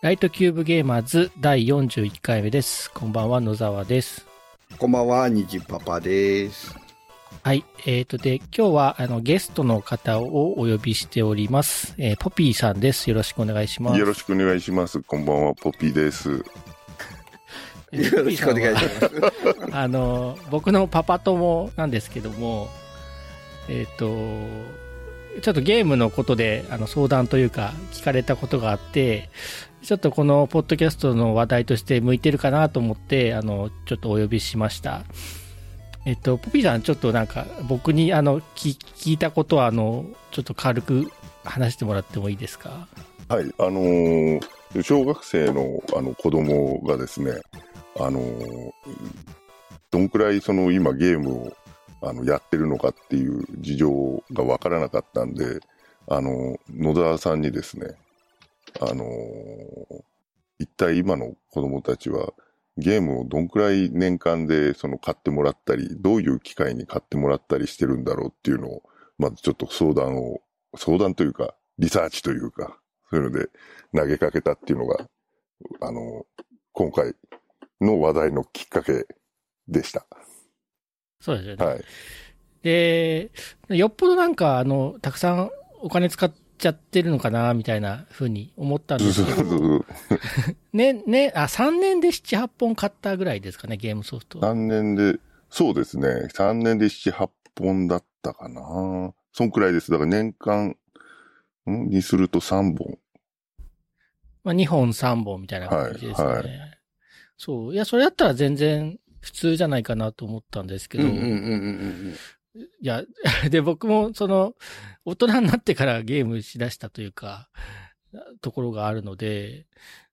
ライトキューブゲーマーズ第41回目です。こんばんは、野沢です。 こんばんは、にじパパです。 はい。で、今日は、ゲストの方をお呼びしております。ポピーさんです。よろしくお願いします。 よろしくお願いします。こんばんは、ポピーです。 よろしくお願いします。僕のパパ友なんですけども、ちょっとゲームのことで相談というか聞かれたことがあって、ちょっとこのポッドキャストの話題として向いてるかなと思って、ちょっとお呼びしました。ポピーさん、ちょっとなんか僕に聞いたことはちょっと軽く話してもらってもいいですか？ はい、小学生の子供がですね、どんくらい今ゲームをやってるのかっていう事情がわからなかったんで、野沢さんにですね、一体今の子供たちはゲームをどんくらい年間で買ってもらったり、どういう機会に買ってもらったりしてるんだろうっていうのを、まずちょっと相談というか、リサーチというか、そういうので投げかけたっていうのが、今回の話題のきっかけでした。 そうですよね。 はい。 で、よっぽどなんか、たくさんお金使っちゃってるのかな、みたいな風に思ったんですけど。3年で7、8本買ったぐらいですかね、ゲームソフト。 3年で、そうですね。3年で7、8本だったかな。そんくらいです。だから年間、にすると3本。 まあ2本3本みたいな感じですね。はい。そう。いや、それだったら全然普通じゃないかなと思ったんですけど。いや、で、僕も大人になってからゲームしだしたというか、ところがあるので、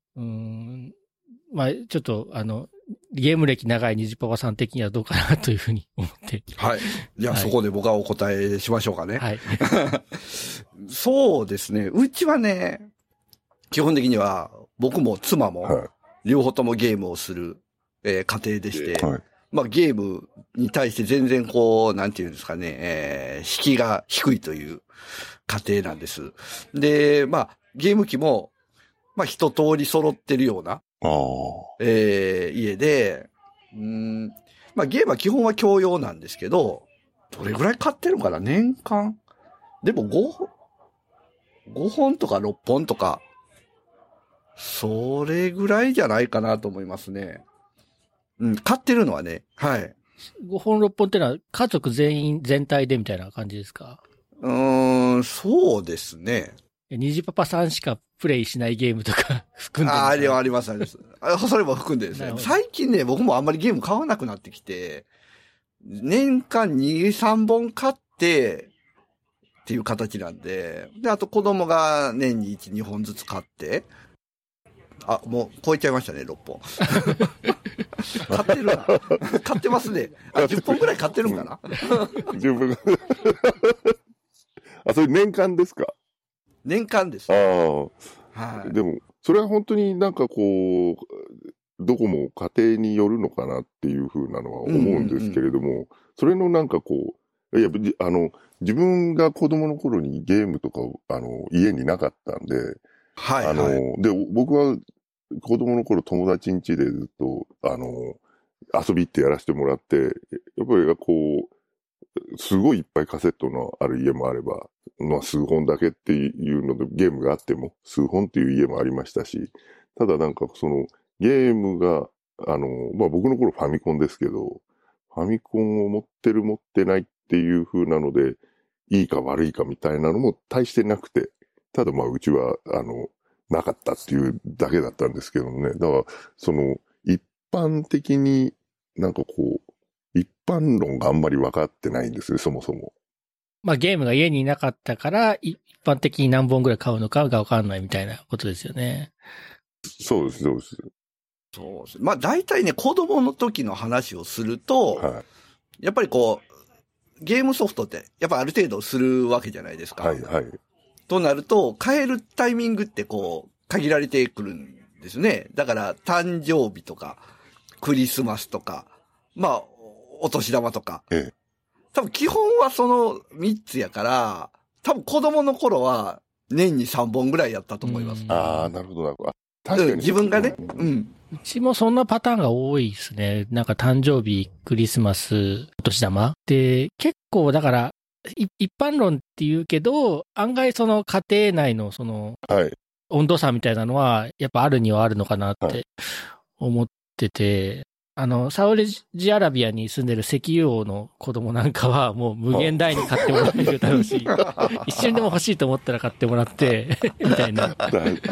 まあ、ちょっと、ゲーム歴長いにじパパさん的にはどうかなというふうに思って。 はい。じゃあ、そこで僕はお答えしましょうかね。 はい。 そうですね。うちはね、基本的には僕も妻も両方ともゲームをする、家庭でして、はい、まあゲームに対して全然なんていうんですかね、敷居が低いという家庭なんです。で、まあゲーム機も、まあ一通り揃ってるような、家で、まあゲームは基本は共用なんですけど、どれぐらい買ってるのかな年間。でも5本とか6本とか、それぐらいじゃないかなと思いますね。買ってるのはね、はい。 5本6本ってのは家族全体でみたいな感じですか？ そうですね。 にじパパさんしかプレイしないゲームとか含んでるんですか？ あります、あります。それも含んでるんですね。最近ね、僕もあんまりゲーム買わなくなってきて、年間2、3本買って、っていう形なんで、で、あと子供が年に1、2本ずつ買って、もう超えちゃいましたね、6本。買ってるな。買ってますね。10本ぐらい買ってるんかな ?10 本。それ年間ですか？ 年間です。 はい。でも、それは本当になんかどこも家庭によるのかなっていう風なのは思うんですけれども、それのなんかいや、自分が子供の頃にゲームとか家になかったんで、 はい、はい。 で、僕は子供の頃友達ん家でずっと、遊びってやらせてもらって、やっぱりすごいいっぱいカセットのある家もあれば、まあ数本だけっていうのでゲームがあっても数本っていう家もありましたし、ただなんかゲームが、まあ僕の頃ファミコンですけど、ファミコンを持ってる持ってないっていう風なので、いいか悪いかみたいなのも大してなくて、ただまあうちは、なかったっていうだけだったんですけどね。だから、一般的になんか一般論があんまり分かってないんですね、そもそも。 まあゲームが家にいなかったから、一般的に何本ぐらい買うのかが分かんないみたいなことですよね。 そうです、そうです。 そうです。まあ大体ね、子供の時の話をすると、はい、やっぱりゲームソフトってやっぱある程度するわけじゃないですか。 はいはい。 となると、買えるタイミングって限られてくるんですね。だから誕生日とか、クリスマスとか、まあ、お年玉とか。多分基本はその3つやから、多分子供の頃は年に3本ぐらいやったと思います。 なるほどなるほど。 確かに、 自分がね、うん。 うちもそんなパターンが多いですね。なんか誕生日、クリスマス、お年玉。で、結構だから、一般論って言うけど、案外その家庭内のその、温度差みたいなのは、やっぱあるにはあるのかなって思ってて、サウジアラビアに住んでる石油王の子供なんかはもう無限大に買ってもらえるだろうし、一瞬でも欲しいと思ったら買ってもらって、みたいな。 確かに。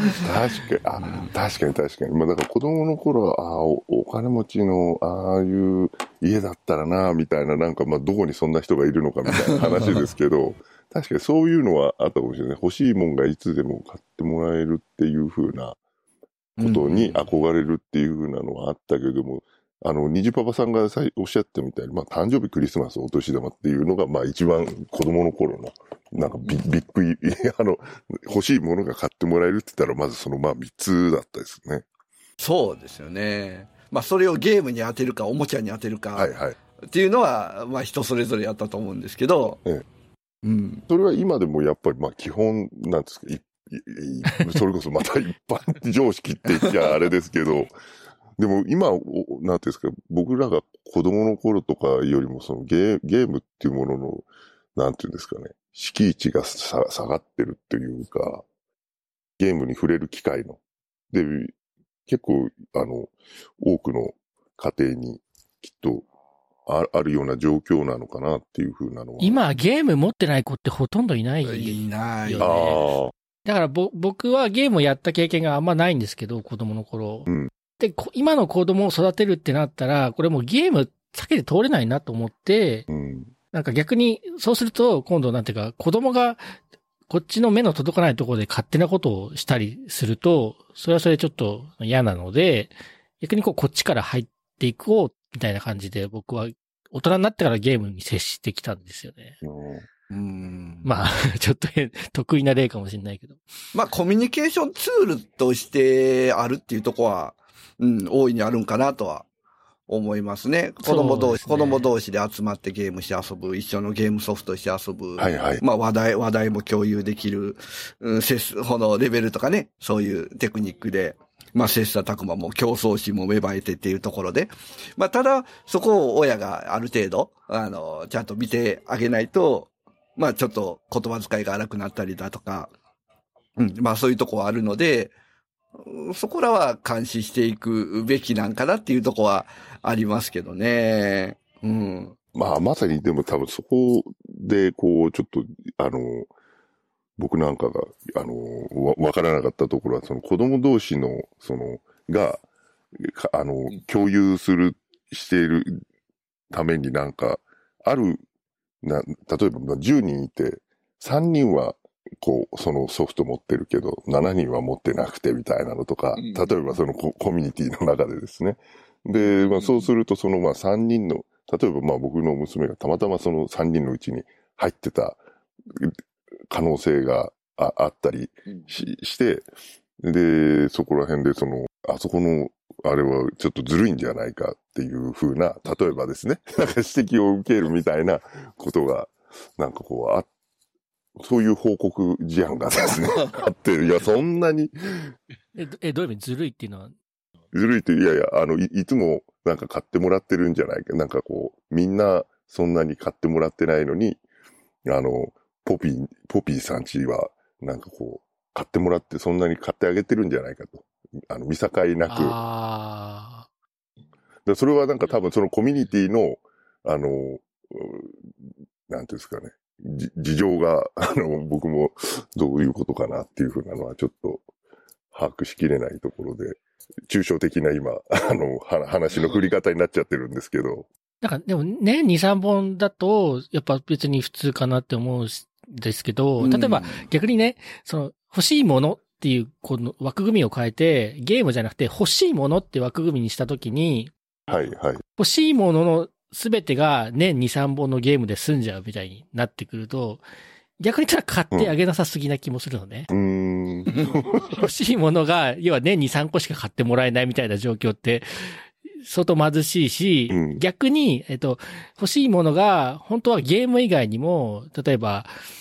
まあだから子供の頃は、お金持ちの、ああいう家だったらな、みたいな、なんかまあどこにそんな人がいるのかみたいな話ですけど、確かにそういうのはあったかもしれない。欲しいもんがいつでも買ってもらえるっていう風なことに憧れるっていう風なのはあったけれども、虹パパさんがおっしゃったみたいに、まあ、誕生日、クリスマス、お年玉っていうのが、まあ、一番子供の頃の、なんかびっくり、欲しいものが買ってもらえるって言ったら、まずその、まあ、3つだったですね。 そうですよね。まあ、それをゲームに当てるか、おもちゃに当てるか、っていうのは、まあ、人それぞれやったと思うんですけど、 うん。それは今でもやっぱり、まあ、基本なんですけど、それこそまた一般常識って言っちゃあれですけど、でも今、なんていうんですか、僕らが子供の頃とかよりもそのゲームっていうものの、なんていうんですかね、敷地が下がってるっていうか、ゲームに触れる機会の。で、結構、多くの家庭にきっとあるような状況なのかなっていう風なのは。 今、ゲーム持ってない子ってほとんどいないよね。 いないよね。だから僕はゲームをやった経験があんまないんですけど、子供の頃。で、今の子供を育てるってなったら、これもうゲーム避けて通れないなと思って、なんか逆に、そうすると、今度なんていうか、子供がこっちの目の届かないところで勝手なことをしたりすると、それはそれちょっと嫌なので、逆にこっちから入っていこう、みたいな感じで僕は大人になってからゲームに接してきたんですよね。まあ、ちょっと得意な例かもしれないけど。 まあ、コミュニケーションツールとしてあるっていうところは、大いにあるんかなとは思いますね。子供同士で集まってゲームして遊ぶ、一緒のゲームソフトして遊ぶ。まあ話題も共有できる、このレベルとかね、そういうテクニックで、まあ切磋琢磨も競争心も芽生えてっていうところで。まあただ、そこを親がある程度、ちゃんと見てあげないと、まあちょっと言葉遣いが荒くなったりだとか、まあそういうとこはあるので、そこらは監視していくべきなんかなっていうとこはありますけどね。 まあ、まさにでも多分そこで、ちょっと、僕なんかが、わからなかったところは、その子供同士の、が、共有しているためになんか、例えば10人いて、3人は、そのソフト持ってるけど、7人は持ってなくてみたいなのとか、例えばそのコミュニティの中でですね。で、まあそうするとその3人の、例えばまあ僕の娘がたまたまその3人のうちに入ってた可能性があったりして、で、そこら辺であそこの、あれはちょっとずるいんじゃないかっていう風な、例えばですね、なんか指摘を受けるみたいなことが、なんかそういう報告事案がですね、あって、いや、そんなに。 どういう意味ずるいっていうのは？ ずるいって、いやいや、いつもなんか買ってもらってるんじゃないか。なんかみんなそんなに買ってもらってないのに、ポピーさんちは、なんか買ってもらって、そんなに買ってあげてるんじゃないかと。見境なく。それはなんか多分そのコミュニティの、なんていうんですかね。事情が、僕もどういうことかなっていうふうなのはちょっと把握しきれないところで、抽象的な今、話の振り方になっちゃってるんですけど。 なんかでもね、2、3本だと、やっぱ別に普通かなって思うんですけど、例えば逆にね、欲しいものっていうこの枠組みを変えて、ゲームじゃなくて欲しいものって枠組みにしたときに、欲しいもののすべてが年2、3本のゲームで済んじゃうみたいになってくると、逆にただ買ってあげなさすぎな気もするのね。欲しいものが、要は年に3個しか買ってもらえないみたいな状況って、相当貧しいし、逆に、欲しいものが、本当はゲーム以外にも、例えば、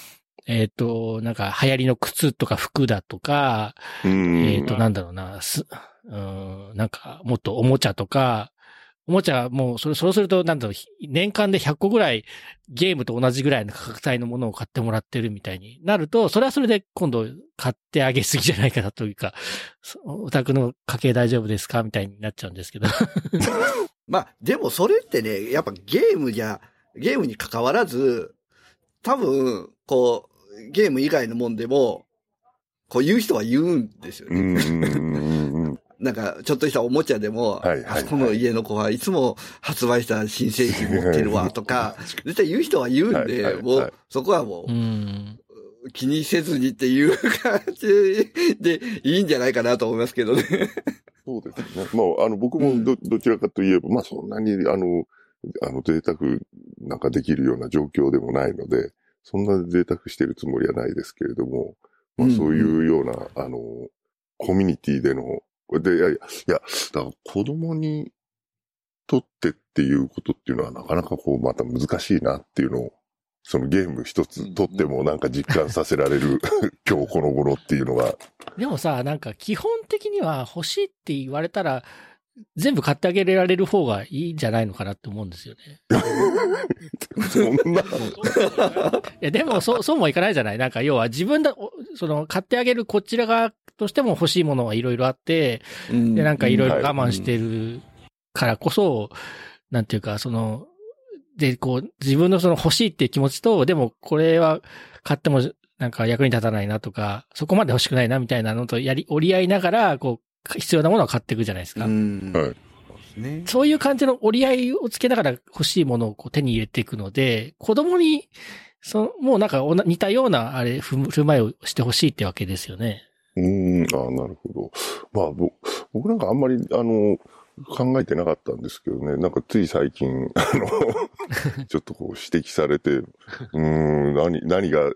なんか流行りの靴とか服だとか、なんだろうな、なんかもっとおもちゃとか、おもちゃもうそうするとなんだろう、年間で100個ぐらいゲームと同じぐらいの価格帯のものを買ってもらってるみたいになると、それはそれで今度買ってあげすぎじゃないかなというか、お宅の家計大丈夫ですかみたいになっちゃうんですけど。 まあ、でもそれってね、やっぱゲームに関わらず、多分、こう、ゲーム以外のもんでも、こう言う人は言うんですよね。なんか、ちょっとしたおもちゃでも、あそこの家の子はいつも発売した新製品持ってるわとか、絶対言う人は言うんで、もう、そこはもう、気にせずにっていう感じでいいんじゃないかなと思いますけどね。 そうですね。まあ、僕もどちらかといえば、まあそんなに、贅沢なんかできるような状況でもないので、そんな贅沢してるつもりはないですけれども、まあそういうような、コミュニティでの、で、いや、だから子供にとってっていうことっていうのはなかなかこう、また難しいなっていうのを、そのゲーム一つとってもなんか実感させられる今日この頃っていうのが。 でもさ、なんか基本的には欲しいって言われたら、全部買ってあげられる方がいいんじゃないのかなって思うんですよね。 そんな。 いや、でもそうもいかないじゃない。なんか要は自分買ってあげるこちら側としても欲しいものはいろいろあって、で、なんかいろいろ我慢してるからこそ、なんていうか、で、こう、自分の欲しいっていう気持ちと、でもこれは買ってもなんか役に立たないなとか、そこまで欲しくないなみたいなのと折り合いながら、こう、必要なものを買っていくじゃないですか。そういう感じの折り合いをつけながら欲しいものをこう手に入れていくので、子供に、もうなんか似たような振る舞いをしてほしいってわけですよね。 なるほど。まあ、僕なんかあんまり、考えてなかったんですけどね。なんかつい最近、ちょっとこう指摘されて、何が、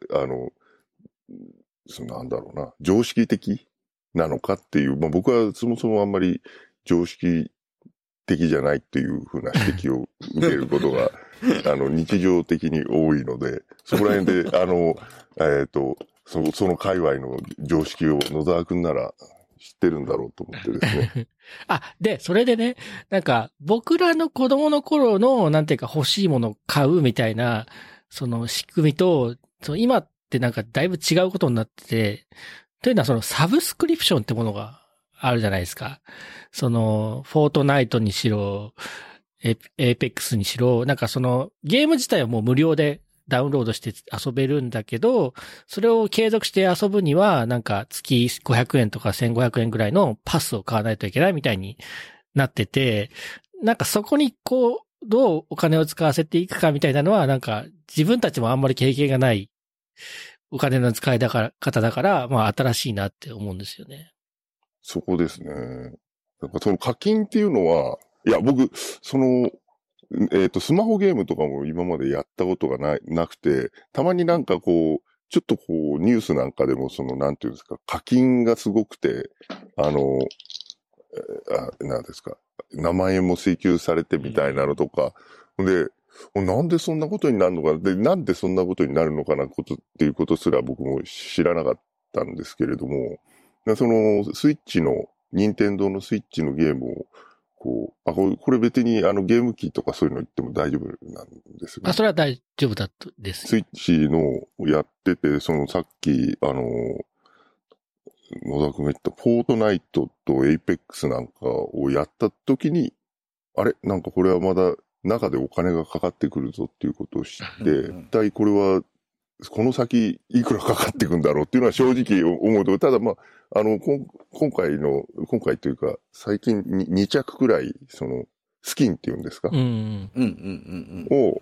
なんだろうな、常識的なのかっていう、まあ僕はそもそもあんまり常識的じゃないっていうふうな指摘を受けることが、日常的に多いので、そこら辺で、その界隈の常識を野沢くんなら知ってるんだろうと思ってですね。 で、それでね、なんか、僕らの子供の頃の、なんていうか欲しいものを買うみたいな、仕組みと、今ってなんかだいぶ違うことになってて、というのはサブスクリプションってものがあるじゃないですか。フォートナイトにしろ、エーペックスにしろ、なんかゲーム自体はもう無料でダウンロードして遊べるんだけど、それを継続して遊ぶには、なんか月500円とか1500円ぐらいのパスを買わないといけないみたいになってて、なんかそこにこう、どうお金を使わせていくかみたいなのは、なんか自分たちもあんまり経験がないお金の使い方だから、まあ新しいなって思うんですよね。 そこですね。なんか課金っていうのは、いや、僕、スマホゲームとかも今までやったことがなくて、たまになんかこう、ちょっとこう、ニュースなんかでもなんていうんですか、課金がすごくて、なんですか、何万円も請求されてみたいなのとか、で、なんでそんなことになるのか、で、なんでそんなことになるのかなっていうことすら僕も知らなかったんですけれども、スイッチの、任天堂のスイッチのゲームを、これ別にゲーム機とかそういうの言っても大丈夫なんですよね。 それは大丈夫だとです。 スイッチのやってて、さっき、野田君が言ったフォートナイトとエイペックスなんかをやった時に、なんかこれはまだ中でお金がかかってくるぞっていうことを知って、一体これは、この先いくらかかってくんだろうっていうのは正直思うと、ただまあ、今回というか、最近2着くらい、スキンっていうんですか、を、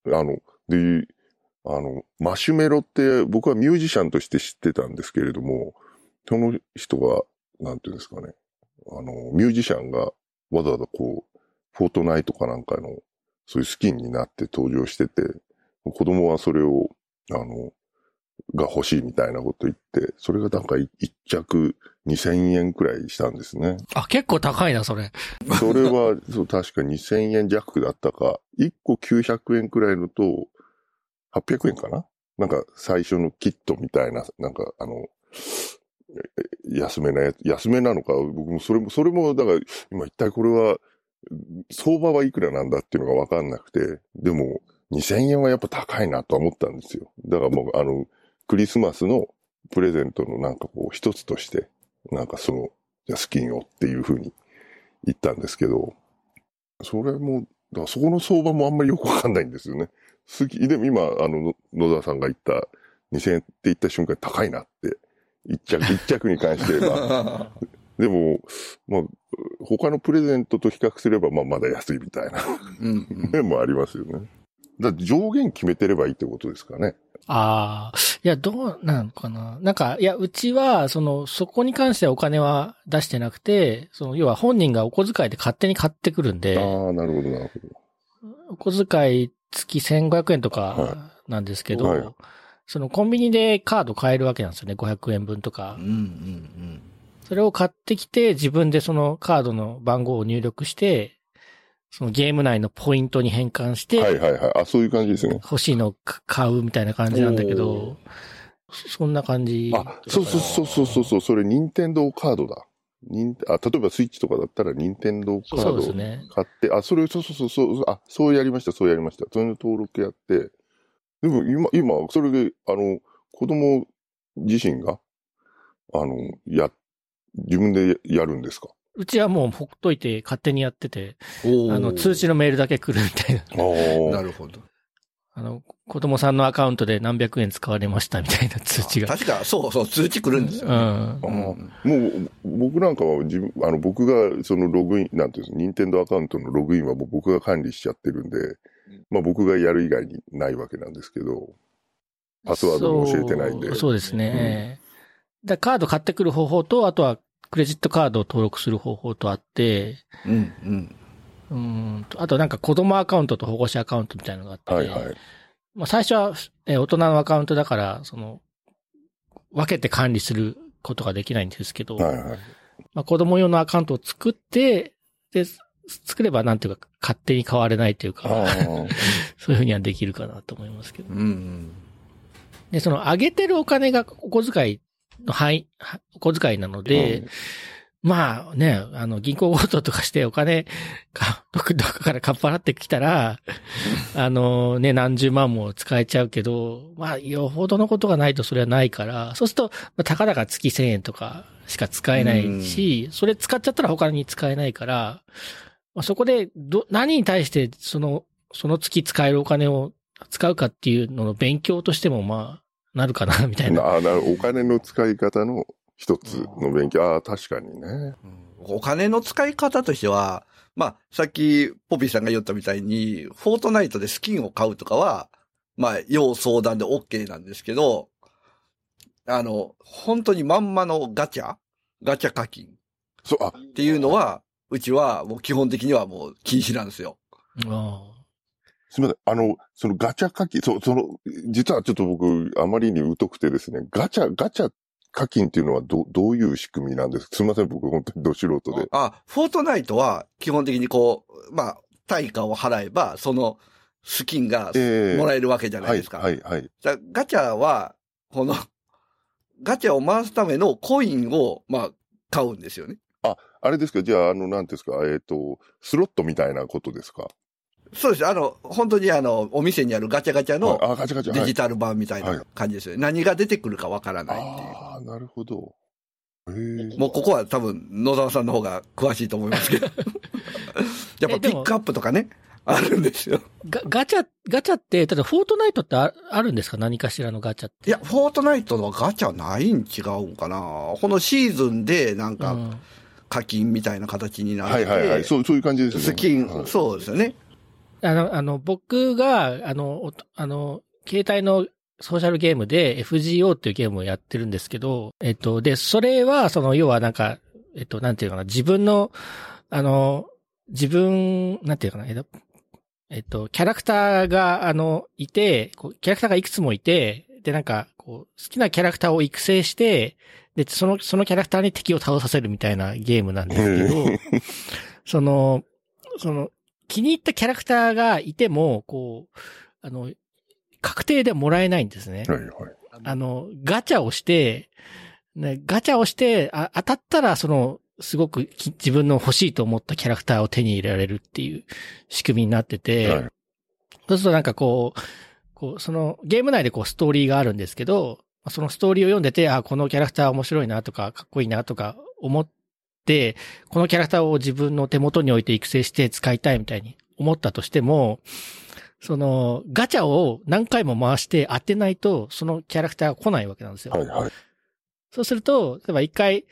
マシュメロって僕はミュージシャンとして知ってたんですけれども、その人が、なんていうんですかね、ミュージシャンがわざわざこう、フォートナイトかなんかの、そういうスキンになって登場してて、子供はそれを、が欲しいみたいなこと言って、それがなんか1着2000円くらいしたんですね。 結構高いな、それ。 それは、確か2000円弱だったか、1個900円くらいのと、800円かななんか最初のキットみたいな、なんか安めなやつ、安めなのか、僕もそれも、だから、今一体これは、相場はいくらなんだっていうのがわかんなくて、でも、2000円はやっぱ高いなとは思ったんですよ。だからもう、クリスマスのプレゼントのなんかこう、一つとして、なんかじゃあスキンをっていう風に言ったんですけど、それも、だからそこの相場もあんまりよくわかんないんですよね。でも今、野沢さんが言った2000円って言った瞬間高いなって、一着に関して言えば。でも、まあ、他のプレゼントと比較すれば、まあ、まだ安いみたいな面もありますよね。だって上限決めてればいいってことですかね。 ああ、いや、どうなのかな。なんか、いや、うちは、そこに関してはお金は出してなくて、要は本人がお小遣いで勝手に買ってくるんで。 ああ、なるほど、なるほど。 お小遣い月1500円とかなんですけど、はい、コンビニでカード買えるわけなんですよね。500円分とか。それを買ってきて、自分でそのカードの番号を入力して、そのゲーム内のポイントに変換して、 はいはいはい。あ、そういう感じですね。 欲しいのを買うみたいな感じなんだけど、そんな感じ。 あ、そう。それ、任天堂カードだ。例えばスイッチとかだったら、任天堂カードを買って、ね、そう、そうやりました。そういうの登録やって、でも今、それで、子供自身が、自分でやるんですか？ うちはもうほっといて勝手にやってて、通知のメールだけ来るみたいな。なるほど。 子供さんのアカウントで何百円使われましたみたいな通知が。 確か、そう、通知来るんですよ、ね。 もう、僕なんかは僕がそのログイン、なんていうんですか、任天堂アカウントのログインは僕が管理しちゃってるんで、まあ僕がやる以外にないわけなんですけど、パスワードも教えてないんで。 そうですね。カード買ってくる方法と、あとはクレジットカードを登録する方法とあって、あとなんか子供アカウントと保護者アカウントみたいなのがあって、まあ最初は大人のアカウントだから、分けて管理することができないんですけど、まあ子供用のアカウントを作って、で、作ればなんていうか勝手に変われないというか、そういうふうにはできるかなと思いますけど。で、上げてるお金がお小遣いのお小遣いなので、まあね、銀行強盗とかしてお金どっかからかっぱらってきたら、何十万も使えちゃうけど、まあ、よほどのことがないとそれはないから、そうすると、たかだか月1000円とかしか使えないし、それ使っちゃったら他に使えないから、まあ、そこで、何に対してその月使えるお金を使うかっていうのの勉強としても、まあ、なるかな、みたいな。 お金の使い方の一つの勉強。確かにね。 お金の使い方としては、まあ、さっきポピーさんが言ったみたいに、フォートナイトでスキンを買うとかは、まあ、要相談で OK なんですけど、本当にまんまのガチャ課金。っていうのは、うちはもう基本的にはもう禁止なんですよ。 すみません。そのガチャ課金、実はちょっと僕、あまりに疎くてですね、ガチャ課金っていうのはどういう仕組みなんですか？すみません、僕本当にど素人で。 フォートナイトは基本的にまあ、対価を払えば、そのスキンがもらえるわけじゃないですか。ガチャは、ガチャを回すためのコインを、まあ、買うんですよね。 あれですか？じゃあ、なんですか？スロットみたいなことですか？ そうです。本当にお店にあるガチャガチャのデジタル版みたいな感じですよね。何が出てくるかわからないっていう。 ああ、なるほど。 もうここは多分野沢さんの方が詳しいと思いますけど。やっぱピックアップとかね、あるんですよ。 ガチャって、ただフォートナイトってあるんですか？何かしらのガチャって。 いや、フォートナイトはガチャないん違うんかな。このシーズンでなんか課金みたいな形になって。 そういう感じですね。 スキン、そうですよね。 僕が、携帯のソーシャルゲームで FGO っていうゲームをやってるんですけど、で、それは、要はなんか、なんていうかな、自分の、なんていうかな、キャラクターが、いて、キャラクターがいくつもいて、で、なんか、好きなキャラクターを育成して、で、そのキャラクターに敵を倒させるみたいなゲームなんですけど、気に入ったキャラクターがいても、 確定でもらえないんですね。 はいはい。 ガチャをして、ね、ガチャをして、当たったら、すごく自分の欲しいと思ったキャラクターを手に入れられるっていう仕組みになってて、はい、そうするとなんかそのゲーム内でストーリーがあるんですけど、そのストーリーを読んでて、このキャラクター面白いなとか、かっこいいなとか思って、このキャラクターを自分の手元に置いて育成して使いたいみたいに思ったとしても、ガチャを何回も回して当てないと、そのキャラクターが来ないわけなんですよ。はいはい。そうすると、例えば一回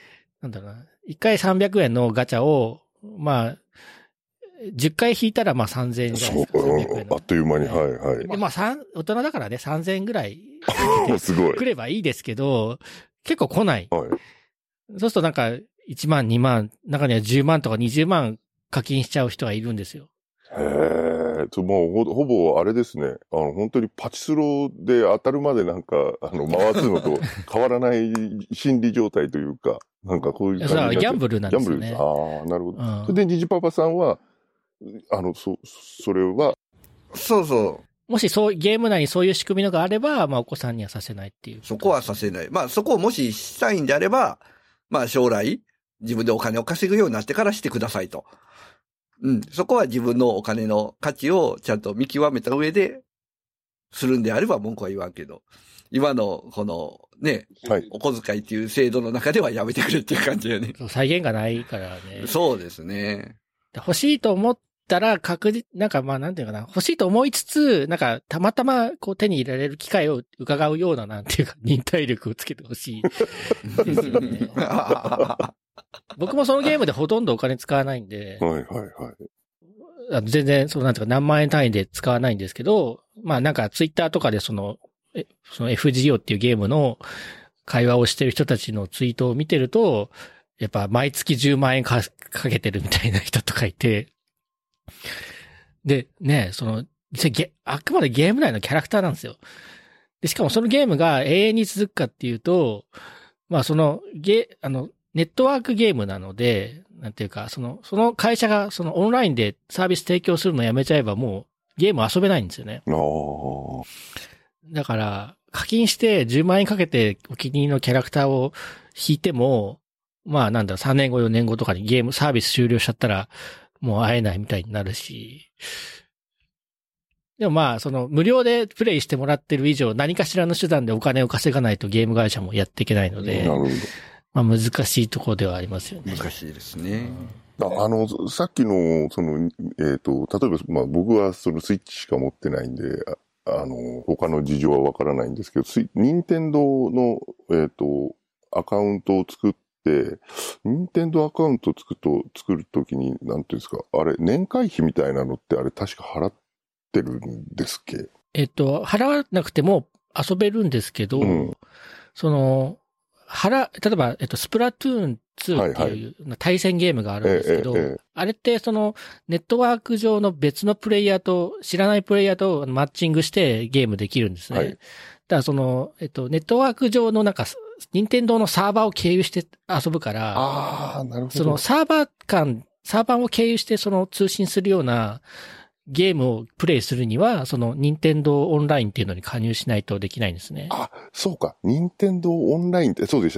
300円のガチャを、10回引いたら3000円じゃないですか。 あっという間に、はいはい。 で、大人だからね、3000円ぐらいすごい。 来ればいいですけど、結構来ない。 はい。 そうするとなんか、1万、2万、中には10万とか20万課金しちゃう人がいるんですよ。 もうほぼあれですね。本当にパチスロで当たるまでなんか、回すのと変わらない心理状態というか、なんかこういう感じになっちゃう。 ギャンブルなんですよね。 ギャンブルです。ああ、なるほど。それで、虹パパさんは、それは。 そうそう。 もしゲーム内にそういう仕組みのがあれば、お子さんにはさせないっていう。 そこはさせない。そこをもししたいんであれば、将来、自分でお金を稼ぐようになってからしてくださいと。そこは自分のお金の価値をちゃんと見極めた上で、するんであれば文句は言わんけど、今のこのね、はい、お小遣いっていう制度の中ではやめてくれっていう感じだよね。 再現がないからね。 そうですね。 欲しいと思ったらなんていうかな、欲しいと思いつつ、たまたま手に入れられる機会を伺うようななんていうか、忍耐力をつけてほしいですよね。僕もそのゲームでほとんどお金使わないんで、 はいはいはい。 全然、なんていうか何万円単位で使わないんですけど、ツイッターとかでその FGO っていうゲームの会話をしてる人たちのツイートを見てると、やっぱ毎月10万円かけてるみたいな人とかいて、で、ね、あくまでゲーム内のキャラクターなんですよ。で、しかもそのゲームが永遠に続くかっていうと、ネットワークゲームなので、なんていうか、その会社がオンラインでサービス提供するのやめちゃえばもうゲーム遊べないんですよね。だから、課金して10万円かけてお気に入りのキャラクターを引いても、3年後4年後とかにゲームサービス終了しちゃったらもう会えないみたいになるし。でも無料でプレイしてもらってる以上何かしらの手段でお金を稼がないとゲーム会社もやっていけないので。 なるほど。 難しいところではありますよね。 難しいですね。 さっきの、例えば、僕はスイッチしか持ってないんで、他の事情はわからないんですけど、任天堂の、アカウントを作って、任天堂アカウントを作るときに、なんていうんですか、あれ、年会費みたいなのってあれ確か払ってるんですっけ？ 払わなくても遊べるんですけど、例えば、スプラトゥーン2っていう対戦ゲームがあるんですけど、あれってネットワーク上の別のプレイヤーと、知らないプレイヤーとマッチングしてゲームできるんですね。はい、だからネットワーク上の任天堂のサーバーを経由して遊ぶから、 なるほど。 サーバーを経由して通信するような、ゲームをプレイするには、任天堂オンラインっていうのに加入しないとできないんですね。 そうか。任天堂オンラインって、そうでした。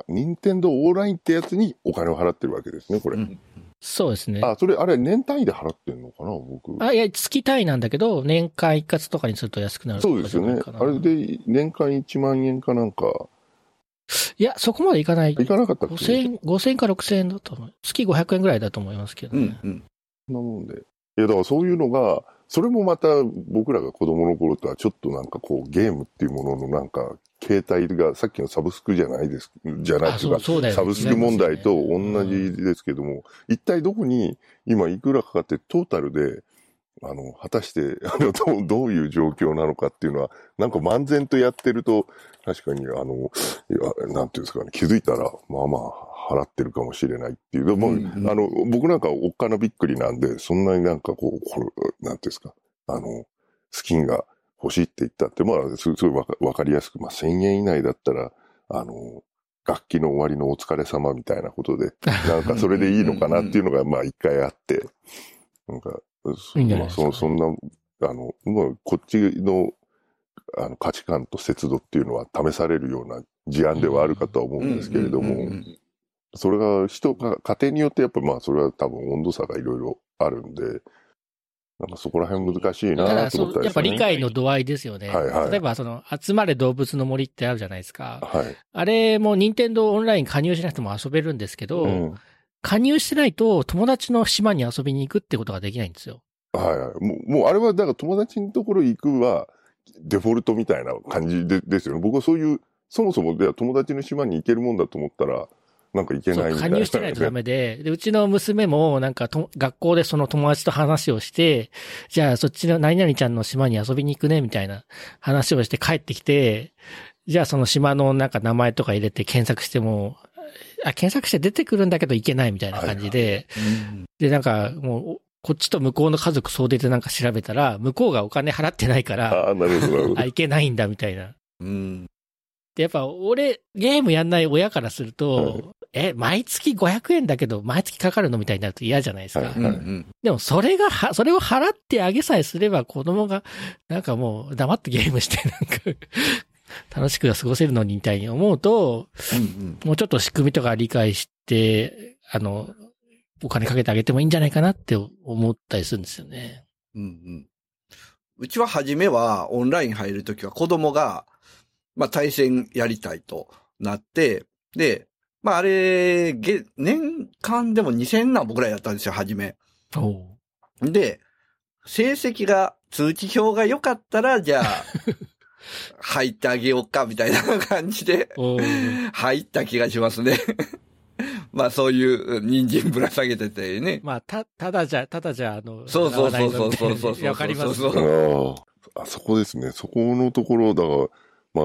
任天堂オンラインってやつにお金を払ってるわけですね、これ。 そうですね。 あれ年単位で払ってんのかな、僕。 いや、月単位なんだけど、年間一括とかにすると安くなる。 そうですよね。あれで年間1万円かなんか。 いや、そこまでいかない。 いかなかったっけ ？5000円か6000円だと思う。月500円ぐらいだと思いますけどね。 そんなもんで。だからそういうのが、それもまた僕らが子供の頃とはちょっとゲームっていうものの形態がさっきのサブスクじゃないですか、サブスク問題と同じですけども、一体どこに今いくらかかってトータルで、果たしてどういう状況なのかっていうのは、漫然とやってると、確かになんていうんですかね、気づいたら、払ってるかもしれないっていう。僕おっかなびっくりなんで、そんなになんていうんですか、スキンが欲しいって言ったって、すごいわかりやすく、1000円以内だったら、楽器の終わりのお疲れ様みたいなことで、それでいいのかなっていうのが、一回あって、そんな、こっちの、 価値観と節度っていうのは試されるような事案ではあるかとは思うんですけれども、それが家庭によってやっぱそれは多分温度差がいろいろあるんで、なんかそこら辺難しいなと思ったりする、 やっぱ理解の度合いですよね。 はいはい、 例えば集まれ動物の森ってあるじゃないですか。 はい。 あれも任天堂オンライン加入しなくても遊べるんですけど、加入してないと友達の島に遊びに行くってことができないんですよ。 はいはい。もうあれはだから友達のところ行くはデフォルトみたいな感じですよね。僕はそういう、そもそもで友達の島に行けるもんだと思ったら、なんかいけないみたいな。 加入してないとダメで、うちの娘もなんか学校でその友達と話をして、じゃあそっちの何々ちゃんの島に遊びに行くねみたいな話をして帰ってきて、じゃあその島のなんか名前とか入れて検索しても、検索して出てくるんだけど行けないみたいな感じで、でなんかもう、こっちと向こうの家族総出でなんか調べたら、向こうがお金払ってないから、 なるほどなるほど。 いけないんだみたいな。で、やっぱゲームやんない親からすると、毎月500円だけど、毎月かかるのみたいになると嫌じゃないですか。でも、それを払ってあげさえすれば、子供が、なんかもう、黙ってゲームして、なんか、楽しく過ごせるのにみたいに思うと、もうちょっと仕組みとか理解して、お金かけてあげてもいいんじゃないかなって思ったりするんですよね。 うちは初めは、オンライン入るときは子供が、対戦やりたいとなって、で、あれ、年間でも2000何本ぐらいやったんですよ、初め。で、成績が、通知表が良かったら、じゃあ、入ってあげようか、みたいな感じで、入った気がしますね。そういう人参ぶら下げててね。 ただじゃ、 そう。 わかります。 そこですね。そこのところ、だから、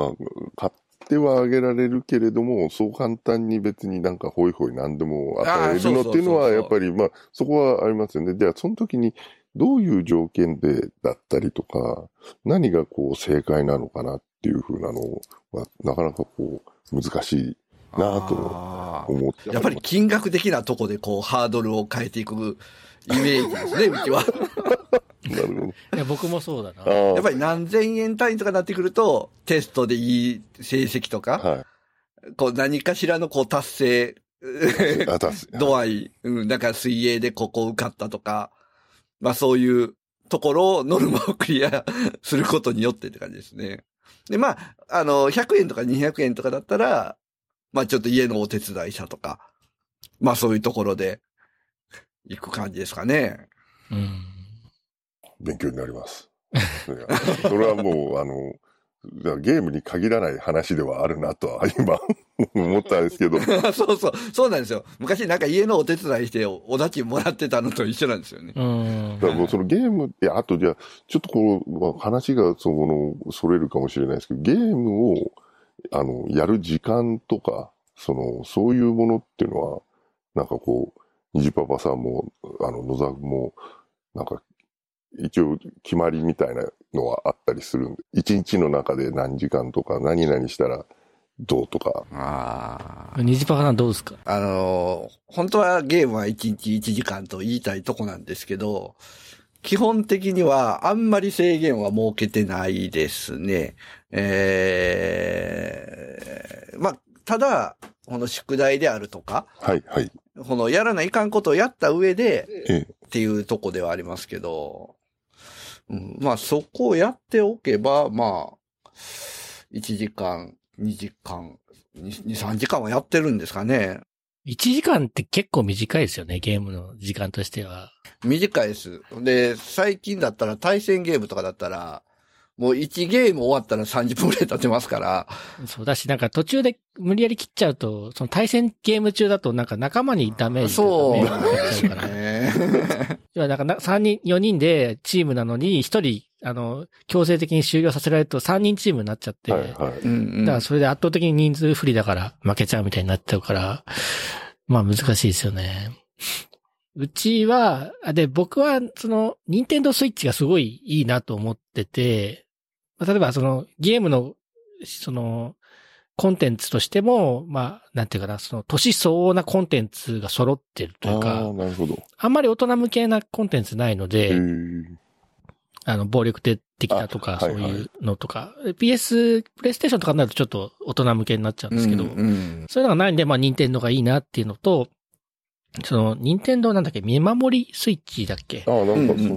買ってはあげられるけれども、そう簡単に別になんかホイホイ何でも与えるのっていうのは、やっぱり、そこはありますよね。じゃあ、その時にどういう条件でだったりとか、何が正解なのかなっていうふうなのは、なかなか難しいなと思って。 やっぱり金額的なとこでハードルを変えていくイメージですね、うちは。 なるほど。 いや、僕もそうだな。 やっぱり何千円単位とかなってくると、テストでいい成績とか、何かしらの達成、度合い、だから水泳でここ受かったとか、そういうところをノルマをクリアすることによってって感じですね。で、100円とか200円とかだったら、ちょっと家のお手伝い者とか、そういうところで行く感じですかね。 勉強になります。それはもう、ゲームに限らない話ではあるなとは今思ったんですけど。 そうなんですよ。昔なんか家のお手伝いしておだちもらってたのと一緒なんですよね。 だからもうそのゲーム、あとじゃあ、ちょっと話がそれるかもしれないですけど、ゲームを、やる時間とか、そういうものっていうのは、なんか虹パパさんも、野沢も、なんか、一応決まりみたいなのはあったりするんで、一日の中で何時間とか何々したらどうとか。 虹パパさんどうですか？ 本当はゲームは1日1時間と言いたいとこなんですけど、基本的にはあんまり制限は設けてないですね。ただ、この宿題であるとか、このやらないかんことをやった上で、っていうとこではありますけど、そこをやっておけば、1時間、2時間、2、3時間はやってるんですかね。 1時間って結構短いですよね、ゲームの時間としては。 短いです。で、最近だったら対戦ゲームとかだったら、もう1ゲーム終わったら30分くらい経ってますから。 そうだし、なんか途中で無理やり切っちゃうと、その対戦ゲーム中だとなんか仲間にダメージとかね。そうからね。なんか3人、4人でチームなのに1人、強制的に終了させられると3人チームになっちゃって。だからそれで圧倒的に人数不利だから負けちゃうみたいになっちゃうから、難しいですよね。うちは、僕は任天堂スイッチがすごいいいなと思ってて、例えばゲームの、コンテンツとしても、なんていうかな、年相応なコンテンツが揃ってるというか、 なるほど。 あんまり大人向けなコンテンツないので、 暴力的だとか、そういうのとか、プレイステーションとかになるとちょっと大人向けになっちゃうんですけど、そういうのがないんで、まあ、任天堂がいいなっていうのと、任天堂なんだっけ、見守りスイッチだっけ？ なんかそう。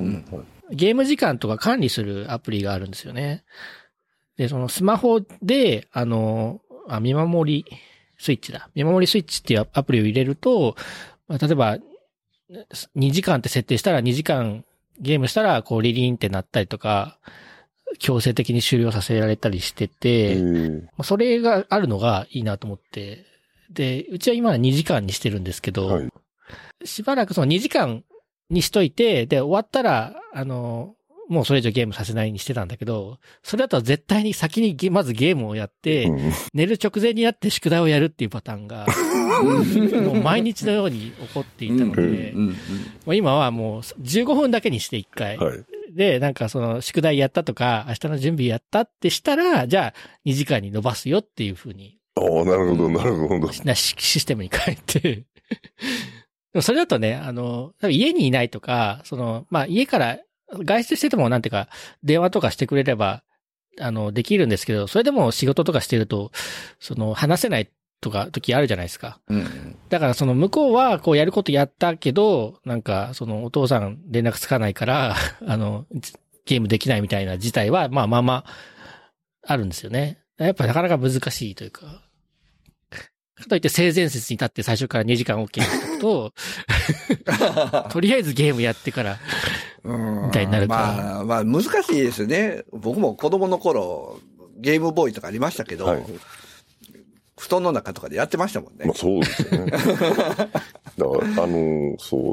ゲーム時間とか管理するアプリがあるんですよね。で、スマホで、見守りスイッチだ。見守りスイッチっていうアプリを入れると、例えば、2時間って設定したら2時間ゲームしたら、リリーンってなったりとか、強制的に終了させられたりしてて、それがあるのがいいなと思って、で、うちは今は2時間にしてるんですけど、しばらく2時間にしといて、で、終わったら、もうそれ以上ゲームさせないようにしてたんだけど、それだと絶対に先にまずゲームをやって、寝る直前になって宿題をやるっていうパターンが、もう毎日のように起こっていたので、今はもう15分だけにして1回。で、なんか宿題やったとか、明日の準備やったってしたら、じゃあ2時間に伸ばすよっていう風に。 なるほど、なるほど。 システムに変えて。でもそれだとね、家にいないとか、まあ、家から外出しててもなんていうか、電話とかしてくれれば、できるんですけど、それでも仕事とかしてると、話せないとか、時あるじゃないですか。だから向こうはやることやったけど、なんかお父さん連絡つかないから、ゲームできないみたいな事態は、まあ、あるんですよね。やっぱなかなか難しいというか。かといって性善説に立って最初から2時間 OK にしとくと、とりあえずゲームやってから、みたいになるか。 まあ難しいですね。僕も子供の頃、ゲームボーイとかありましたけど、布団の中とかでやってましたもんね。 まあそうですよね。だからそう。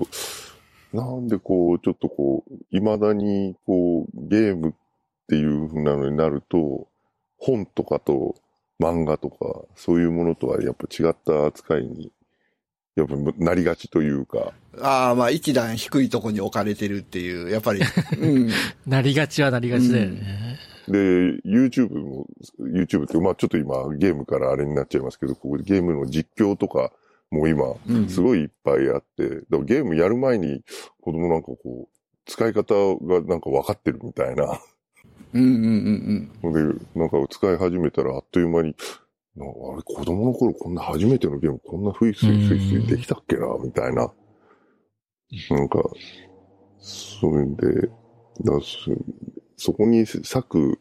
なんでちょっと未だにゲームっていう風なのになると、本とかと漫画とか、そういうものとはやっぱ違った扱いに、やっぱなりがちというか。 まあ一段低いところに置かれてるっていう、やっぱり。 なりがちはなりがちだよね。 で、YouTube ってまあちょっと今ゲームからあれになっちゃいますけど、ゲームの実況とかも今すごいいっぱいあって、だからゲームやる前に子供なんか使い方がなんか分かってるみたいな。で、なんか使い始めたらあっという間に、あれ子供の頃こんな初めてのゲームこんなスイスイできたっけなみたいな。なんか、それで、そこに割く、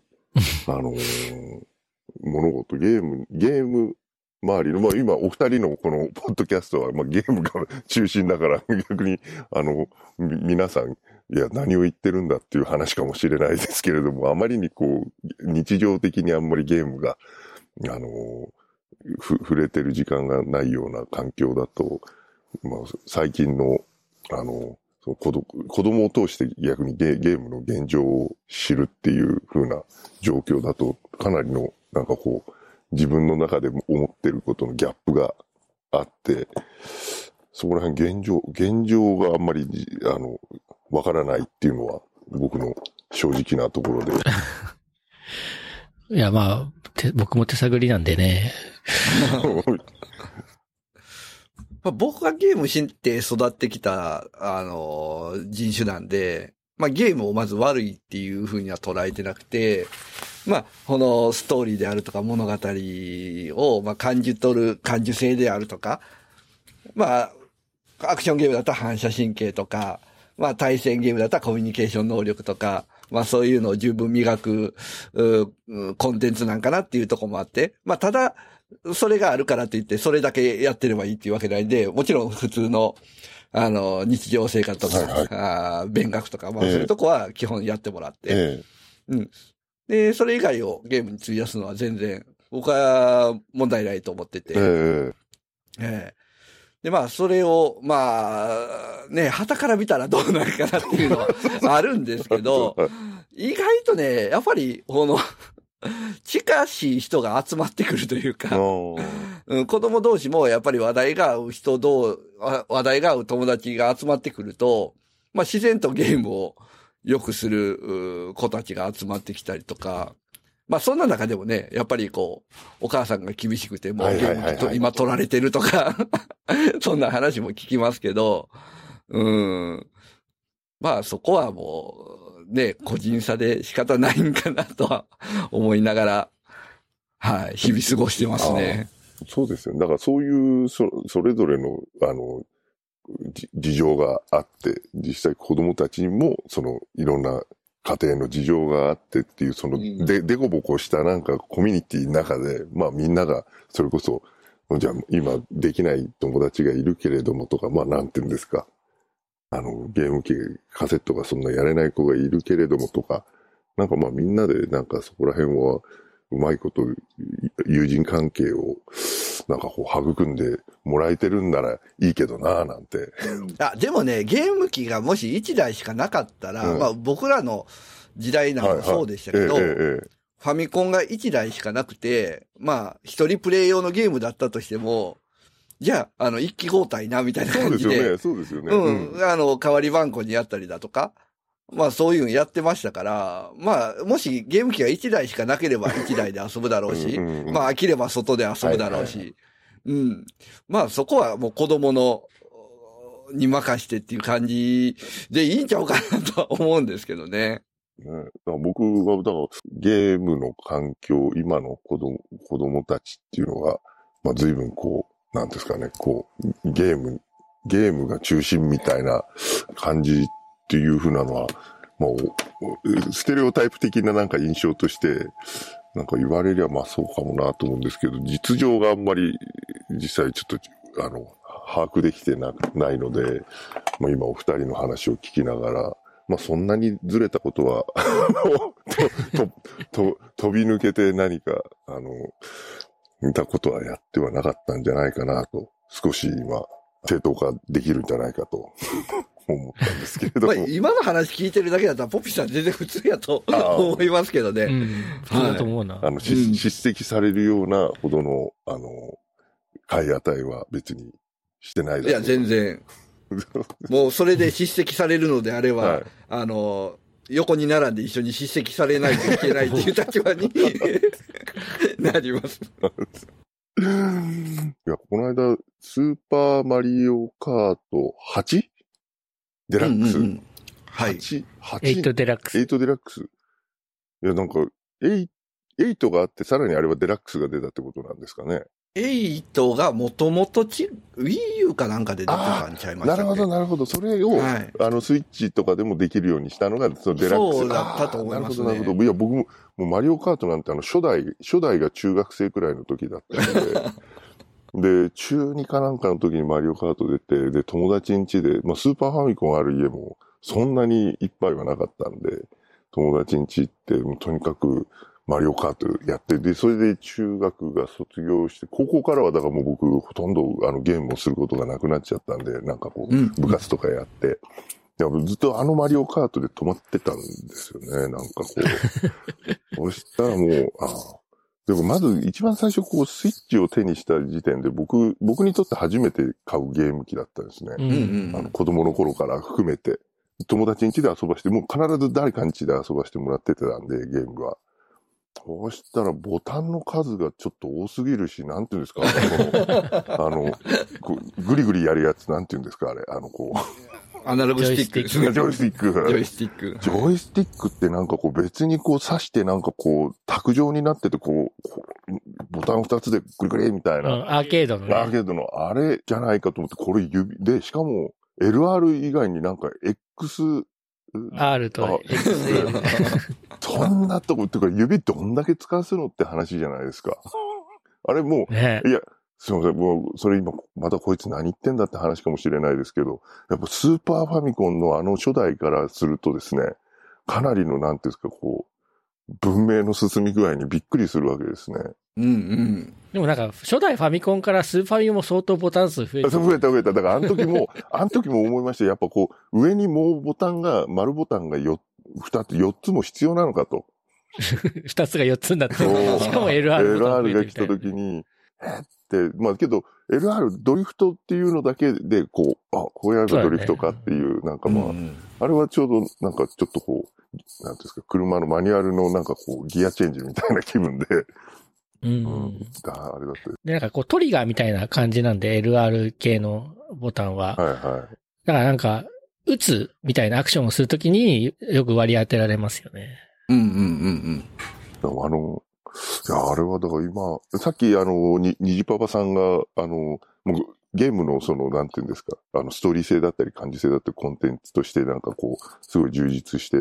物事、ゲーム周りの、まあ今お二人のこのポッドキャストは、まあゲームが中心だから逆に、皆さん、いや、何を言ってるんだっていう話かもしれないですけれども、あまりに日常的にあんまりゲームが、触れてる時間がないような環境だと、まあ、最近の、子供を通して逆にゲームの現状を知るっていう風な状況だと、かなりの、なんか自分の中で思ってることのギャップがあって、そこら辺現状があんまり、わからないっていうのは僕の正直なところで。 いや、まあ、僕も手探りなんでね。 僕がゲームして育ってきた、人種なんで、まあゲームをまず悪いっていう風には捉えてなくて、まあ、このストーリーであるとか物語を、まあ感受性であるとか、まあ、アクションゲームだったら反射神経とか、まあ対戦ゲームだったらコミュニケーション能力とか、まあそういうのを十分磨く、コンテンツなんかなっていうところもあって、まあただ、それがあるからといって、それだけやってればいいっていうわけないんで、もちろん普通の、日常生活とか、勉学とか、まあそういうとこは基本やってもらって、で、それ以外をゲームに費やすのは全然、僕は問題ないと思ってて、で、まあ、それを、まあ、ね、旗から見たらどうなるかなっていうのはあるんですけど、意外とね、やっぱり、近しい人が集まってくるというか、子供同士もやっぱり話題が合う友達が集まってくると、まあ自然とゲームをよくする子たちが集まってきたりとか、まあそんな中でもね、やっぱりお母さんが厳しくて、もうゲーム今取られてるとか、そんな話も聞きますけど、 まあそこはもう、ね、個人差で仕方ないんかなとは思いながら、はい、日々過ごしてますね。 そうですよね。だからそういう、それぞれの、事情があって、実際子供たちにも、いろんな家庭の事情があってっていう、でこぼこしたなんかコミュニティの中で、まあみんなが、それこそ、じゃあ今できない友達がいるけれどもとか、まあなんていうんですか。ゲーム機、カセットがそんなやれない子がいるけれどもとか、なんかまあみんなでなんかそこら辺はうまいこと友人関係をなんかこう育んでもらえてるんならいいけどなぁなんて。 でもね、ゲーム機がもし1台しかなかったら、まあ僕らの時代なんかそうでしたけど、ファミコンが1台しかなくて、まあ一人プレイ用のゲームだったとしても、じゃあ、一気交代な、みたいな感じで。 そうですよね。 代わり番号にやったりだとか。まあそういうのやってましたから、まあもしゲーム機が1台しかなければ1台で遊ぶだろうし、まあ飽きれば外で遊ぶだろうし、まあそこはもう子供に任してっていう感じでいいんちゃうかなとは思うんですけどね。 だから僕は、ゲームの環境、今の子供たちっていうのが、まあ随分こう、なんですかね、こう、ゲームが中心みたいな感じっていう風なのは、まあ、ステレオタイプ的ななんか印象として、なんか言われりゃまあそうかもなと思うんですけど、実情があんまり実際ちょっと、把握できてないので、まあ今お二人の話を聞きながら、まあそんなにずれたことは、飛び抜けて何か、見たことはやってはなかったんじゃないかなと、少し今、正当化できるんじゃないかと思ったんですけれども。 まあ、今の話聞いてるだけだったら、ポピさん全然普通やと思いますけどね。 そうだと思うな。 叱責されるようなほどの、買い値は別にしてないだろう。 いや、全然。もうそれで叱責されるのであれば、横に並んで一緒に叱責されないといけないっていう立場になります。 いや、この間、スーパーマリオカート 8? デラックス。 はい。 8デラックス。 8デラックス。いや、なんか、8があって、さらにあれはデラックスが出たってことなんですかね。 8がもともとWii U かなんかで出てたんちゃいましたっけ？ なるほど、なるほど。それを、スイッチとかでもできるようにしたのが、そのデラックス。 そうだったと思いますね。 なるほど。いや、僕もうマリオカートなんて初代が中学生くらいの時だったので、で、中2かなんかの時にマリオカート出て、で、友達ん家で、まあ、スーパーファミコンある家も、そんなにいっぱいはなかったんで、友達ん家行って、もうとにかく、マリオカートやって、で、それで中学が卒業して、高校からはだからもう僕、ほとんどゲームをすることがなくなっちゃったんで、なんかこう、部活とかやって、いやずっとマリオカートで止まってたんですよね、なんかこう。そしたらもう、でもまず一番最初こう、スイッチを手にした時点で僕にとって初めて買うゲーム機だったんですね。子供の頃から含めて。友達ん家で遊ばして、もう必ず誰かん家で遊ばしてもらってたんで、ゲームは。そうしたらボタンの数がちょっと多すぎるし、なんていうんですか、ぐりぐりやるやつ、なんていうんですか、あれ、こう。 アナログスティックですね。 ジョイスティック。ジョイスティックってなんかこう別にこう刺してなんかこう、卓上になっててこう、ボタン2つでぐりぐりみたいな。 アーケードのね。 アーケードのあれじゃないかと思って、これ指で、しかも LR 以外になんか R と XL。 そんなとこ、ってか指どんだけ使わせるのって話じゃないですか。あれもう、 ね、 いや、すいません、もう、それ今、またこいつ何言ってんだって話かもしれないですけど、やっぱスーパーファミコンの初代からするとですね、かなりの、なんていうんですか、こう、文明の進み具合にびっくりするわけですね。 でもなんか、初代ファミコンからスーファミも相当ボタン数増えた。 増えた。だからあの時も思いました。やっぱこう、上にもう丸ボタンが4つも必要なのかと。 2つが4つになって、しかも LR が来た時に、まあけど、LR ドリフトっていうのだけで、こうやればドリフトかっていう、なんかまあ、あれはちょうどなんかちょっとこう、なんていうんですか、車のマニュアルのなんかこう、ギアチェンジみたいな気分で、あれだって。 で、なんかこうトリガーみたいな感じなんで、LR 系のボタンは。 はいはい。 だからなんか、 撃つみたいなアクションをするときによく割り当てられますよね。 うんうんうんうん。 いや、あれはだから今、さっきにじパパさんが、もうゲームのなんていうんですか、ストーリー性だったり感受性だったりコンテンツとしてなんかこう、すごい充実して、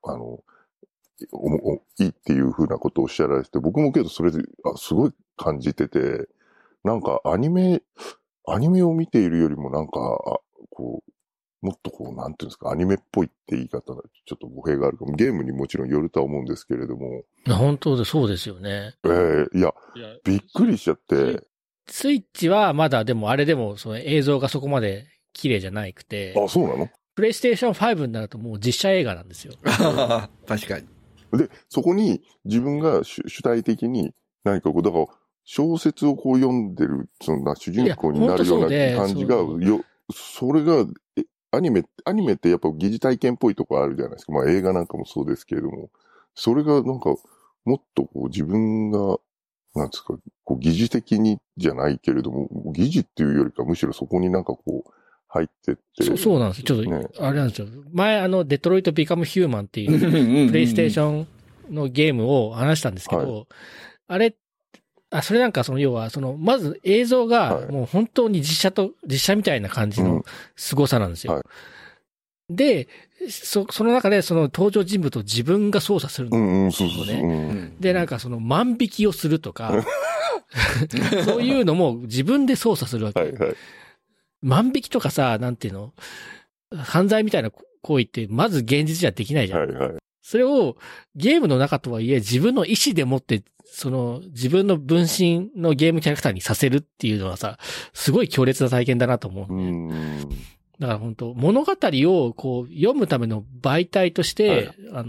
いいっていう風なことをおっしゃられてて、僕もけどそれですごい感じてて、なんかアニメを見ているよりもなんか、こう、もっとこう、なんていうんですか、アニメっぽいって言い方がちょっと語弊があるかも。ゲームにもちろんよるとは思うんですけれども。 本当でそうですよね。 いや、びっくりしちゃって。 スイッチはまだでもあれでもその映像がそこまで綺麗じゃないくて。 あ、そうなの？ プレイステーション5になるともう実写映画なんですよ。 確かに。 で、そこに自分が主体的に何かこう、だから小説をこう読んでる、そんな主人公になるような感じが、それが、アニメってやっぱ疑似体験っぽいとこあるじゃないですか。まあ映画なんかもそうですけれども、それがなんか、もっとこう自分が、なんですか、こう疑似的にじゃないけれども、疑似っていうよりかむしろそこになんかこう、入ってって。 そうなんです。ちょっと、ね、あれなんですよ。前デトロイト・ビカム・ヒューマンっていう、プレイステーションのゲームを話したんですけど、はい、それなんか要は、まず映像がもう本当に実写みたいな感じの凄さなんですよ。はい、で、その中で登場人物を自分が操作するのね。で、なんか万引きをするとか、そういうのも自分で操作するわけ。はいはい、万引きとかさ、なんていうの？犯罪みたいな行為ってまず現実じゃできないじゃん。はいはい、それをゲームの中とはいえ自分の意思でもって自分の分身のゲームキャラクターにさせるっていうのはさ、すごい強烈な体験だなと思う。だから本当物語をこう読むための媒体として、はい、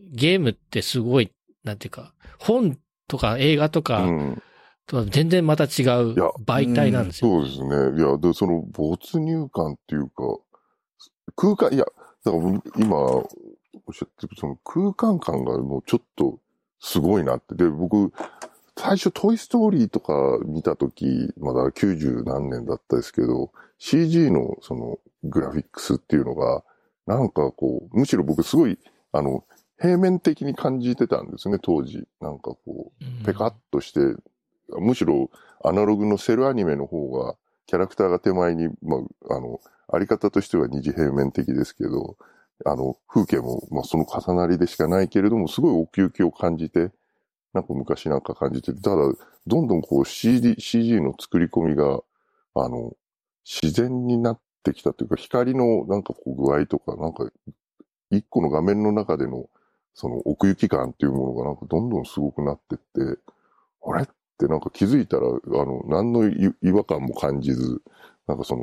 ゲームってすごい、なんていうか、本とか映画とか、とは全然また違う媒体なんですよ。 そうですね。いや、で、没入感っていうか、空間、いや、だから今、おっしゃってる空間感がもうちょっとすごいなって。で、僕、最初トイストーリーとか見たとき、まだ90何年だったですけど、CG のグラフィックスっていうのが、なんかこう、むしろ僕すごい、平面的に感じてたんですね、当時。なんかこう、ペカッとして、むしろアナログのセルアニメの方が、キャラクターが手前に、まあ、あり方としては二次平面的ですけど、風景も、まあ、その重なりでしかないけれども、すごい奥行きを感じて、なんか昔なんか感じて、ただ、どんどんこう CG の作り込みが、自然になってきたというか、光のなんかこう具合とか、なんか、一個の画面の中での、奥行き感っていうものがなんかどんどんすごくなってって、あれってなんか気づいたら、何の違和感も感じず、なんか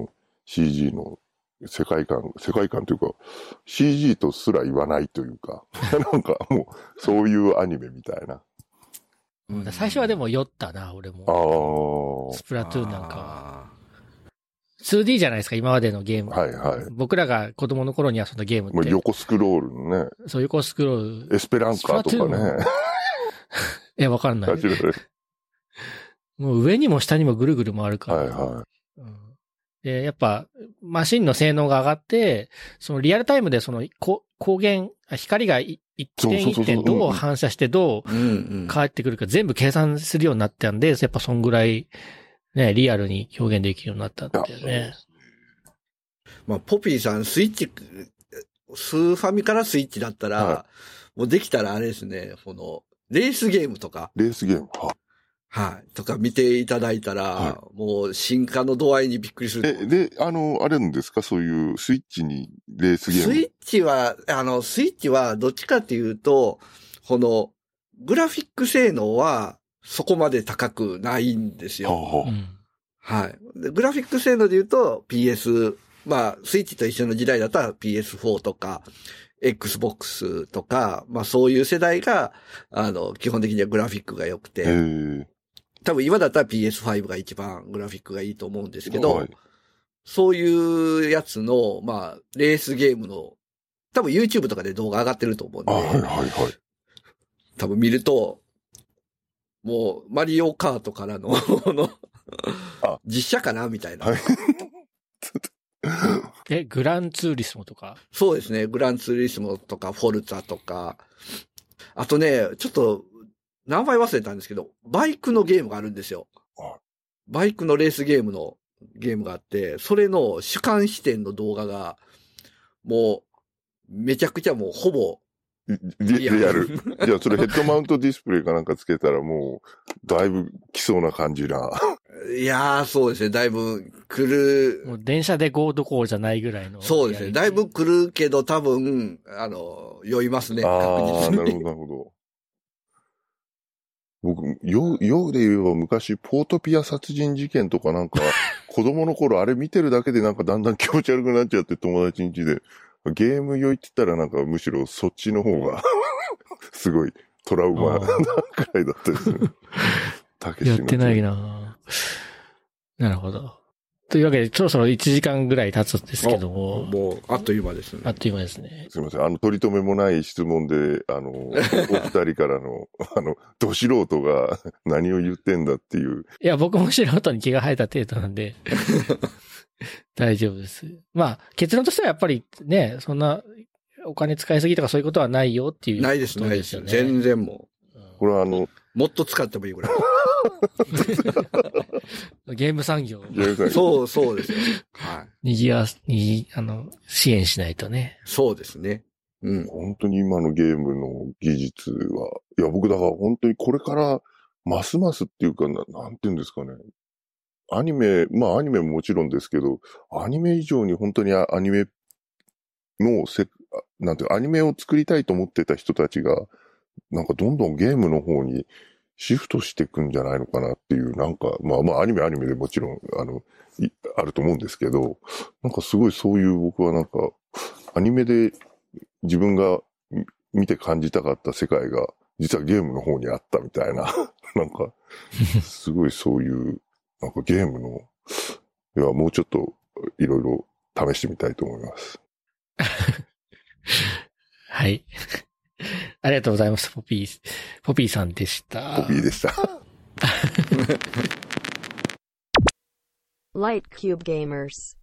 CG の世界観というか、CG とすら言わないというか、なんかもう、そういうアニメみたいな。 最初はでも酔ったな、俺も。スプラトゥーンなんかは。2D じゃないですか、今までのゲーム。はいはい。僕らが子供の頃に遊んだゲームって。 もう横スクロールのね。 そう、横スクロール。 エスペランカーとかね。 いや、わかんない。もう上にも下にもぐるぐる回るから。はいはい。で、やっぱ、マシンの性能が上がって、リアルタイムで光が一点一点どう反射してどう変わってくるか全部計算するようになったんで、やっぱそんぐらい、ね、リアルに表現できるようになったんだよね。 まあ、ポピーさん、スイッチ、スーファミからスイッチだったら、はい、もうできたらあれですね、レースゲームとか。 レースゲームはい。とか見ていただいたら、はい、もう進化の度合いにびっくりする。 で、あれんですかそういうスイッチにレースゲーム？ スイッチはどっちかっていうと、グラフィック性能はそこまで高くないんですよ。はい。でグラフィック性能で言うと PS、まあ、スイッチと一緒の時代だったら PS4 とか、Xbox とか、まあそういう世代が、基本的にはグラフィックが良くて、多分今だったら PS5 が一番グラフィックがいいと思うんですけど、はい、そういうやつの、まあ、レースゲームの、多分 YouTube とかで動画上がってると思うんで、多分見ると、もう、マリオカートからの実写かなみたいな。 グランツーリスモとか？ そうですね。グランツーリスモとか、フォルツァとか。あとね、ちょっと、名前忘れたんですけど、バイクのゲームがあるんですよ。バイクのレースゲームがあって、それの主観視点の動画が、もう、めちゃくちゃもうほぼ、 リアル。じゃあそれヘッドマウントディスプレイかなんかつけたらもう、だいぶ来そうな感じな。 いやー、そうですね。だいぶ来る。 もう電車でゴードコーじゃないぐらいの。 そうですね。だいぶ来るけど多分、酔いますね。確実に。 なるほど、なるほど。僕、ようで言えば昔、ポートピア殺人事件とかなんか、子供の頃あれ見てるだけでなんかだんだん気持ち悪くなっちゃって友達ん家で、ゲーム酔いって言ったらなんかむしろそっちの方が、すごいトラウマなくらいだったですね。 やってないなぁ。なるほど。というわけで、そろそろ1時間ぐらい経つんですけども。 もう、あっという間ですね。 あっという間ですね。 すみません。取り留めもない質問で、お二人からの、ど素人が何を言ってんだっていう。 いや、僕も素人に気が生えた程度なんで、大丈夫です。まあ、結論としてはやっぱりね、そんな、お金使いすぎとかそういうことはないよっていう、 ないです、ないです。全然もう。これはもっと使ってもいいぐらい。 ゲーム産業。 そうですよ。はい。 支援しないとね。 そうですね。うん。 本当に今のゲームの技術は、いや、僕だから本当にこれから、ますますっていうかなんていうんですかね。アニメももちろんですけど、アニメ以上に本当にアニメのなんていうか、アニメを作りたいと思ってた人たちが、なんかどんどんゲームの方にシフトしていくんじゃないのかなっていう、なんか、まあアニメでもちろん、あると思うんですけど、なんかすごいそういう僕はなんか、アニメで自分が見て感じたかった世界が、実はゲームの方にあったみたいな、なんか、すごいそういう、なんかゲームの、いや、もうちょっといろいろ試してみたいと思います。 はい。ありがとうございます。ポピーさんでした。 ポピーでした。 Light Cube Gamers